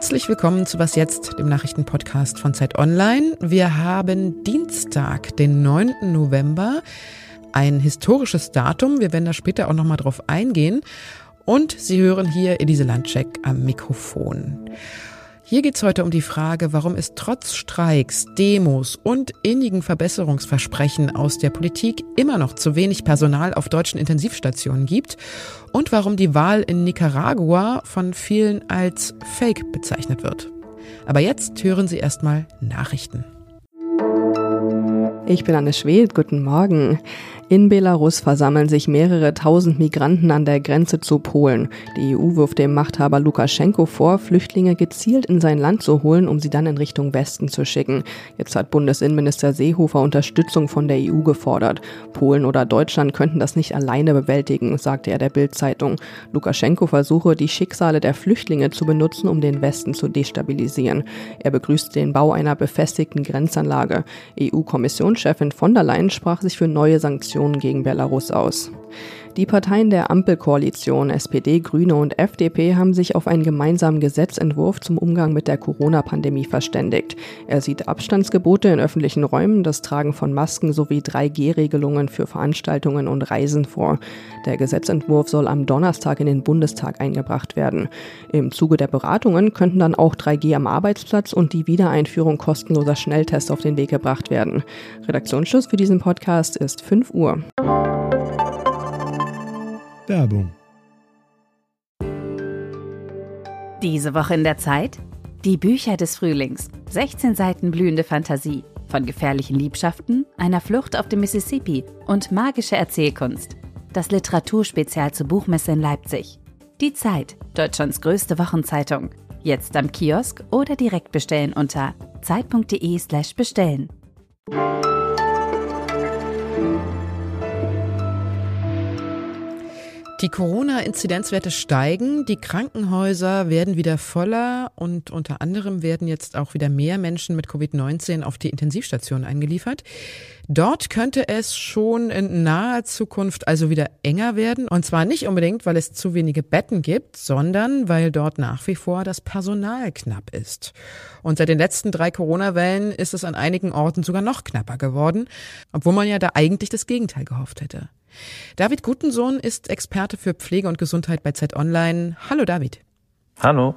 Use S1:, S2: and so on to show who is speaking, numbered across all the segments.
S1: Herzlich willkommen zu Was Jetzt, dem Nachrichtenpodcast von Zeit Online. Wir haben Dienstag, den 9. November, ein historisches Datum. Wir werden da später auch nochmal drauf eingehen. Und Sie hören hier Elise Landcheck am Mikrofon. Hier geht es heute um die Frage, warum es trotz Streiks, Demos und innigen Verbesserungsversprechen aus der Politik immer noch zu wenig Personal auf deutschen Intensivstationen gibt und warum die Wahl in Nicaragua von vielen als Fake bezeichnet wird. Aber jetzt hören Sie erstmal Nachrichten.
S2: Ich bin Anne Schwed, guten Morgen. In Belarus versammeln sich mehrere tausend Migranten an der Grenze zu Polen. Die EU wirft dem Machthaber Lukaschenko vor, Flüchtlinge gezielt in sein Land zu holen, um sie dann in Richtung Westen zu schicken. Jetzt hat Bundesinnenminister Seehofer Unterstützung von der EU gefordert. Polen oder Deutschland könnten das nicht alleine bewältigen, sagte er der Bild-Zeitung. Lukaschenko versuche, die Schicksale der Flüchtlinge zu benutzen, um den Westen zu destabilisieren. Er begrüßt den Bau einer befestigten Grenzanlage. EU-Kommissionschefin von der Leyen sprach sich für neue Sanktionen gegen Belarus aus. Die Parteien der Ampelkoalition, SPD, Grüne und FDP, haben sich auf einen gemeinsamen Gesetzentwurf zum Umgang mit der Corona-Pandemie verständigt. Er sieht Abstandsgebote in öffentlichen Räumen, das Tragen von Masken sowie 3G-Regelungen für Veranstaltungen und Reisen vor. Der Gesetzentwurf soll am Donnerstag in den Bundestag eingebracht werden. Im Zuge der Beratungen könnten dann auch 3G am Arbeitsplatz und die Wiedereinführung kostenloser Schnelltests auf den Weg gebracht werden. Redaktionsschluss für diesen Podcast ist 5 Uhr.
S3: Werbung.
S4: Diese Woche in der Zeit? Die Bücher des Frühlings. 16 Seiten blühende Fantasie. Von gefährlichen Liebschaften, einer Flucht auf dem Mississippi und magische Erzählkunst. Das Literaturspezial zur Buchmesse in Leipzig. Die Zeit, Deutschlands größte Wochenzeitung. Jetzt am Kiosk oder direkt bestellen unter zeit.de/bestellen.
S1: Die Corona-Inzidenzwerte steigen, die Krankenhäuser werden wieder voller und unter anderem werden jetzt auch wieder mehr Menschen mit Covid-19 auf die Intensivstationen eingeliefert. Dort könnte es schon in naher Zukunft also wieder enger werden. Und zwar nicht unbedingt, weil es zu wenige Betten gibt, sondern weil dort nach wie vor das Personal knapp ist. Und seit den letzten 3 Corona-Wellen ist es an einigen Orten sogar noch knapper geworden, obwohl man ja da eigentlich das Gegenteil gehofft hätte. David Gutensohn ist Experte für Pflege und Gesundheit bei Zeit Online. Hallo David.
S5: Hallo.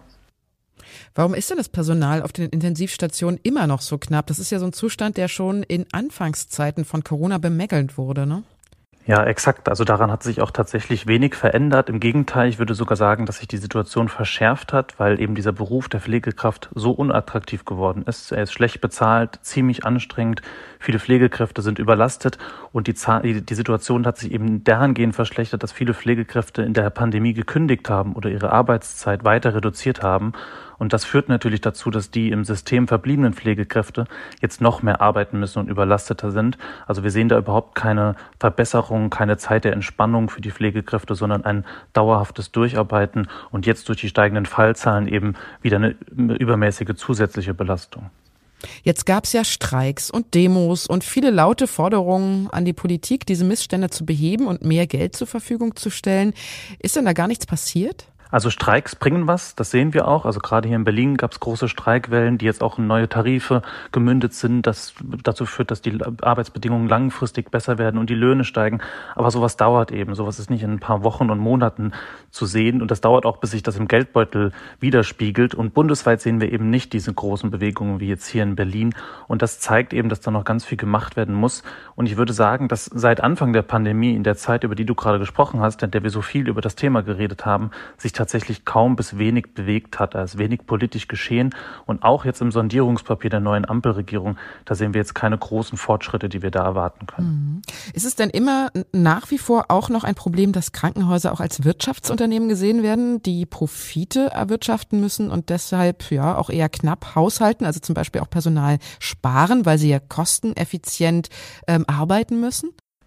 S1: Warum ist denn das Personal auf den Intensivstationen immer noch so knapp? Das ist ja so ein Zustand, der schon in Anfangszeiten von Corona bemängelt wurde, ne?
S5: Ja, exakt. Also daran hat sich auch tatsächlich wenig verändert. Im Gegenteil, ich würde sogar sagen, dass sich die Situation verschärft hat, weil eben dieser Beruf der Pflegekraft so unattraktiv geworden ist. Er ist schlecht bezahlt, ziemlich anstrengend. Viele Pflegekräfte sind überlastet und die Situation hat sich eben dahingehend verschlechtert, dass viele Pflegekräfte in der Pandemie gekündigt haben oder ihre Arbeitszeit weiter reduziert haben. Und das führt natürlich dazu, dass die im System verbliebenen Pflegekräfte jetzt noch mehr arbeiten müssen und überlasteter sind. Also wir sehen da überhaupt keine Verbesserung, keine Zeit der Entspannung für die Pflegekräfte, sondern ein dauerhaftes Durcharbeiten und jetzt durch die steigenden Fallzahlen eben wieder eine übermäßige zusätzliche Belastung.
S1: Jetzt gab es ja Streiks und Demos und viele laute Forderungen an die Politik, diese Missstände zu beheben und mehr Geld zur Verfügung zu stellen. Ist denn da gar nichts passiert?
S5: Also Streiks bringen was, das sehen wir auch. Also gerade hier in Berlin gab es große Streikwellen, die jetzt auch in neue Tarife gemündet sind. Das dazu führt, dass die Arbeitsbedingungen langfristig besser werden und die Löhne steigen. Aber sowas dauert eben. Sowas ist nicht in ein paar Wochen und Monaten zu sehen. Und das dauert auch, bis sich das im Geldbeutel widerspiegelt. Und bundesweit sehen wir eben nicht diese großen Bewegungen wie jetzt hier in Berlin. Und das zeigt eben, dass da noch ganz viel gemacht werden muss. Und ich würde sagen, dass seit Anfang der Pandemie, in der Zeit, über die du gerade gesprochen hast, in der wir so viel über das Thema geredet haben, sich tatsächlich kaum bis wenig bewegt hat. Da ist wenig politisch geschehen. Und auch jetzt im Sondierungspapier der neuen Ampelregierung, da sehen wir jetzt keine großen Fortschritte, die wir da erwarten können.
S1: Ist es denn immer nach wie vor auch noch ein Problem, dass Krankenhäuser auch als Wirtschaftsunternehmen gesehen werden, die Profite erwirtschaften müssen und deshalb ja auch eher knapp haushalten, also zum Beispiel auch Personal sparen, weil sie ja kosteneffizient arbeiten müssen?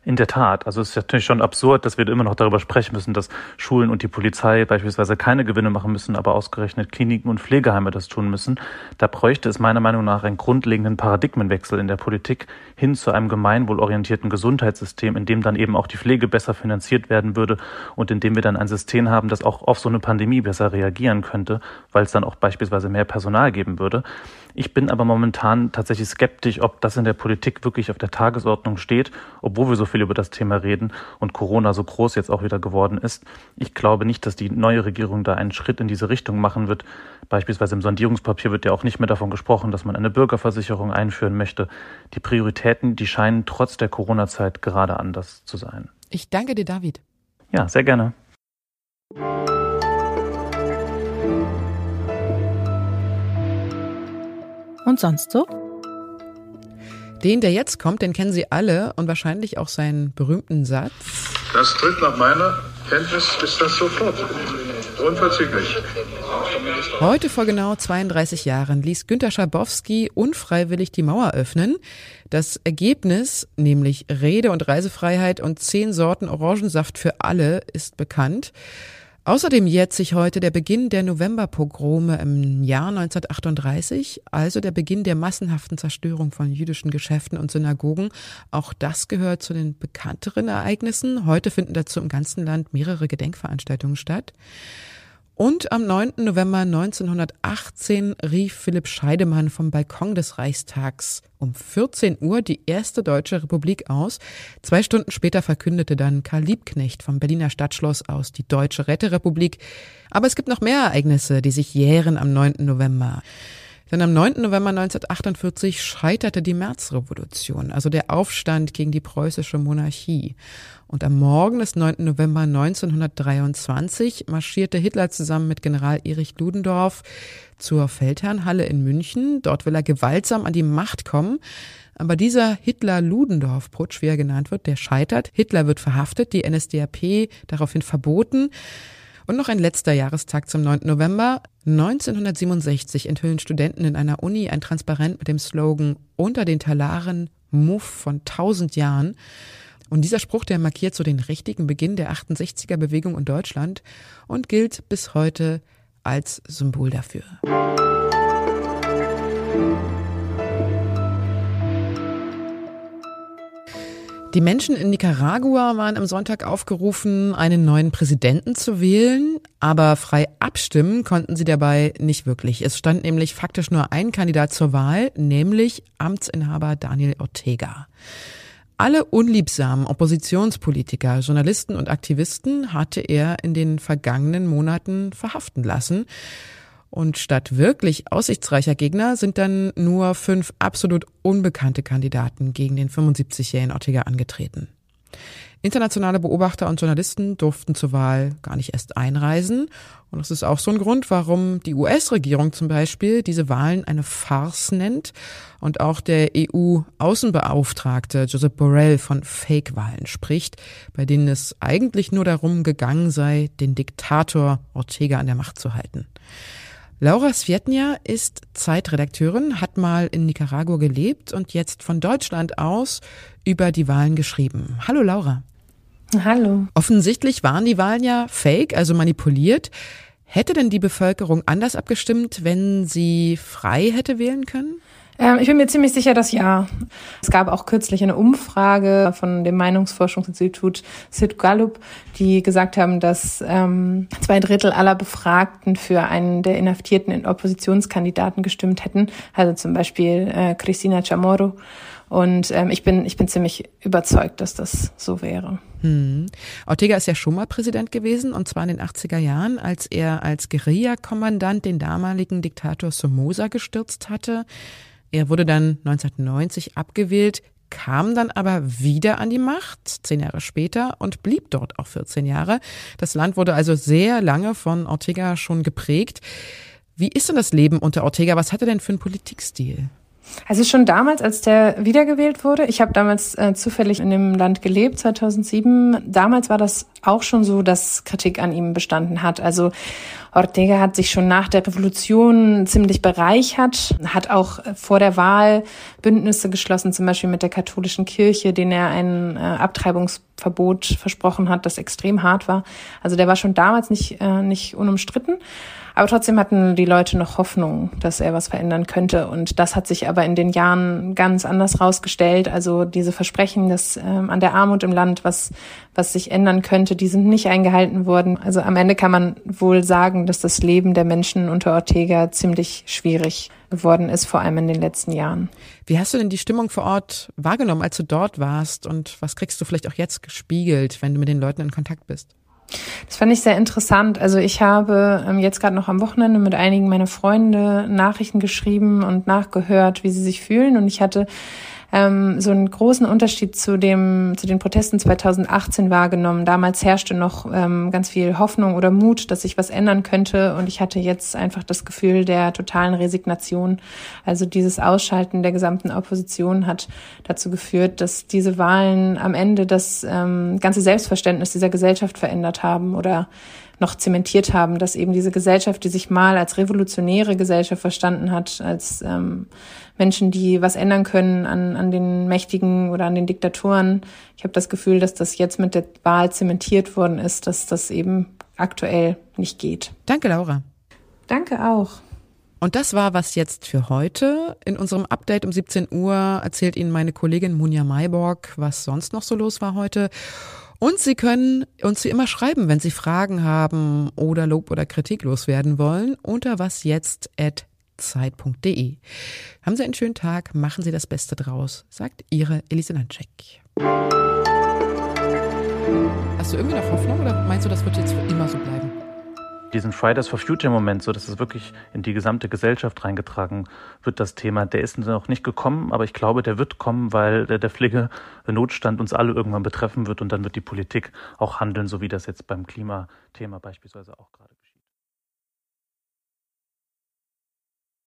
S5: In der Tat. Also es ist natürlich schon absurd, dass wir immer noch darüber sprechen müssen, dass Schulen und die Polizei beispielsweise keine Gewinne machen müssen, aber ausgerechnet Kliniken und Pflegeheime das tun müssen. Da bräuchte es meiner Meinung nach einen grundlegenden Paradigmenwechsel in der Politik hin zu einem gemeinwohlorientierten Gesundheitssystem, in dem dann eben auch die Pflege besser finanziert werden würde und in dem wir dann ein System haben, das auch auf so eine Pandemie besser reagieren könnte, weil es dann auch beispielsweise mehr Personal geben würde. Ich bin aber momentan tatsächlich skeptisch, ob das in der Politik wirklich auf der Tagesordnung steht, obwohl wir so viel über das Thema reden und Corona so groß jetzt auch wieder geworden ist. Ich glaube nicht, dass die neue Regierung da einen Schritt in diese Richtung machen wird. Beispielsweise im Sondierungspapier wird ja auch nicht mehr davon gesprochen, dass man eine Bürgerversicherung einführen möchte. Die Prioritäten, die scheinen trotz der Corona-Zeit gerade anders zu sein.
S1: Ich danke dir, David.
S5: Ja, sehr gerne.
S3: Und sonst so?
S1: Den, der jetzt kommt, den kennen Sie alle und wahrscheinlich auch seinen berühmten Satz.
S6: Das tritt nach meiner Kenntnis ist das sofort. Unverzüglich.
S1: Heute vor genau 32 Jahren ließ Günter Schabowski unfreiwillig die Mauer öffnen. Das Ergebnis, nämlich Rede- und Reisefreiheit und 10 Sorten Orangensaft für alle, ist bekannt. Außerdem jährt sich heute der Beginn der Novemberpogrome im Jahr 1938, also der Beginn der massenhaften Zerstörung von jüdischen Geschäften und Synagogen. Auch das gehört zu den bekannteren Ereignissen. Heute finden dazu im ganzen Land mehrere Gedenkveranstaltungen statt. Und am 9. November 1918 rief Philipp Scheidemann vom Balkon des Reichstags um 14 Uhr die erste deutsche Republik aus. 2 Stunden später verkündete dann Karl Liebknecht vom Berliner Stadtschloss aus die Deutsche Räterepublik. Aber es gibt noch mehr Ereignisse, die sich jähren am 9. November. Denn am 9. November 1948 scheiterte die Märzrevolution, also der Aufstand gegen die preußische Monarchie. Und am Morgen des 9. November 1923 marschierte Hitler zusammen mit General Erich Ludendorff zur Feldherrnhalle in München. Dort will er gewaltsam an die Macht kommen. Aber dieser Hitler-Ludendorff-Putsch, wie er genannt wird, der scheitert. Hitler wird verhaftet, die NSDAP daraufhin verboten. Und noch ein letzter Jahrestag zum 9. November. 1967 enthüllen Studenten in einer Uni ein Transparent mit dem Slogan „Unter den Talaren, Muff von 1000 Jahren". Und dieser Spruch, der markiert so den richtigen Beginn der 68er-Bewegung in Deutschland und gilt bis heute als Symbol dafür. Die Menschen in Nicaragua waren am Sonntag aufgerufen, einen neuen Präsidenten zu wählen, aber frei abstimmen konnten sie dabei nicht wirklich. Es stand nämlich faktisch nur ein Kandidat zur Wahl, nämlich Amtsinhaber Daniel Ortega. Alle unliebsamen Oppositionspolitiker, Journalisten und Aktivisten hatte er in den vergangenen Monaten verhaften lassen. Und statt wirklich aussichtsreicher Gegner sind dann nur 5 absolut unbekannte Kandidaten gegen den 75-jährigen Ortega angetreten. Internationale Beobachter und Journalisten durften zur Wahl gar nicht erst einreisen. Und das ist auch so ein Grund, warum die US-Regierung zum Beispiel diese Wahlen eine Farce nennt und auch der EU-Außenbeauftragte Josep Borrell von Fake-Wahlen spricht, bei denen es eigentlich nur darum gegangen sei, den Diktator Ortega an der Macht zu halten. Laura Svietnia ist Zeitredakteurin, hat mal in Nicaragua gelebt und jetzt von Deutschland aus über die Wahlen geschrieben. Hallo Laura.
S3: Hallo.
S1: Offensichtlich waren die Wahlen ja fake, also manipuliert. Hätte denn die Bevölkerung anders abgestimmt, wenn sie frei hätte wählen können?
S3: Ich bin mir ziemlich sicher, dass ja. Es gab auch kürzlich eine Umfrage von dem Meinungsforschungsinstitut Sid Gallup, die gesagt haben, dass 2/3 aller Befragten für einen der inhaftierten Oppositionskandidaten gestimmt hätten. Also zum Beispiel Cristina Chamorro. Und ich bin ziemlich überzeugt, dass das so wäre.
S1: Ortega ist ja schon mal Präsident gewesen, und zwar in den 80er Jahren, als er als Guerilla-Kommandant den damaligen Diktator Somoza gestürzt hatte. Er wurde dann 1990 abgewählt, kam dann aber wieder an die Macht, 10 Jahre später, und blieb dort auch 14 Jahre. Das Land wurde also sehr lange von Ortega schon geprägt. Wie ist denn das Leben unter Ortega? Was hat er denn für einen Politikstil?
S3: Also schon damals, als der wiedergewählt wurde, ich habe damals zufällig in dem Land gelebt, 2007, damals war das auch schon so, dass Kritik an ihm bestanden hat. Also Ortega hat sich schon nach der Revolution ziemlich bereichert, hat auch vor der Wahl Bündnisse geschlossen, zum Beispiel mit der katholischen Kirche, denen er ein Abtreibungsverbot versprochen hat, das extrem hart war. Also der war schon damals nicht unumstritten. Aber trotzdem hatten die Leute noch Hoffnung, dass er was verändern könnte. Und das hat sich aber in den Jahren ganz anders rausgestellt. Also diese Versprechen, dass an der Armut im Land was sich ändern könnte, die sind nicht eingehalten worden. Also am Ende kann man wohl sagen, dass das Leben der Menschen unter Ortega ziemlich schwierig geworden ist, vor allem in den letzten Jahren.
S1: Wie hast du denn die Stimmung vor Ort wahrgenommen, als du dort warst? Und was kriegst du vielleicht auch jetzt gespiegelt, wenn du mit den Leuten in Kontakt bist?
S3: Das fand ich sehr interessant. Also ich habe jetzt gerade noch am Wochenende mit einigen meiner Freunde Nachrichten geschrieben und nachgehört, wie sie sich fühlen. Und ich hatte so einen großen Unterschied zu den Protesten 2018 wahrgenommen. Damals herrschte noch ganz viel Hoffnung oder Mut, dass sich was ändern könnte. Und ich hatte jetzt einfach das Gefühl der totalen Resignation. Also dieses Ausschalten der gesamten Opposition hat dazu geführt, dass diese Wahlen am Ende das ganze Selbstverständnis dieser Gesellschaft verändert haben oder noch zementiert haben, dass eben diese Gesellschaft, die sich mal als revolutionäre Gesellschaft verstanden hat, als Menschen, die was ändern können an den Mächtigen oder an den Diktatoren. Ich habe das Gefühl, dass das jetzt mit der Wahl zementiert worden ist, dass das eben aktuell nicht geht.
S1: Danke, Laura.
S3: Danke auch.
S1: Und das war was jetzt für heute. In unserem Update um 17 Uhr erzählt Ihnen meine Kollegin Munja Mayborg, was sonst noch so los war heute. Und Sie können uns wie immer schreiben, wenn Sie Fragen haben oder Lob oder Kritik loswerden wollen, unter wasjetzt@zeit.de. Haben Sie einen schönen Tag, machen Sie das Beste draus, sagt Ihre Elise Landschek. Hast du irgendwie noch Hoffnung oder meinst du, das wird jetzt für immer so bleiben?
S5: Diesen Fridays for Future Moment, so dass es wirklich in die gesamte Gesellschaft reingetragen wird, das Thema, der ist noch nicht gekommen, aber ich glaube, der wird kommen, weil der Pflegenotstand uns alle irgendwann betreffen wird und dann wird die Politik auch handeln, so wie das jetzt beim Klimathema beispielsweise auch gerade geschieht.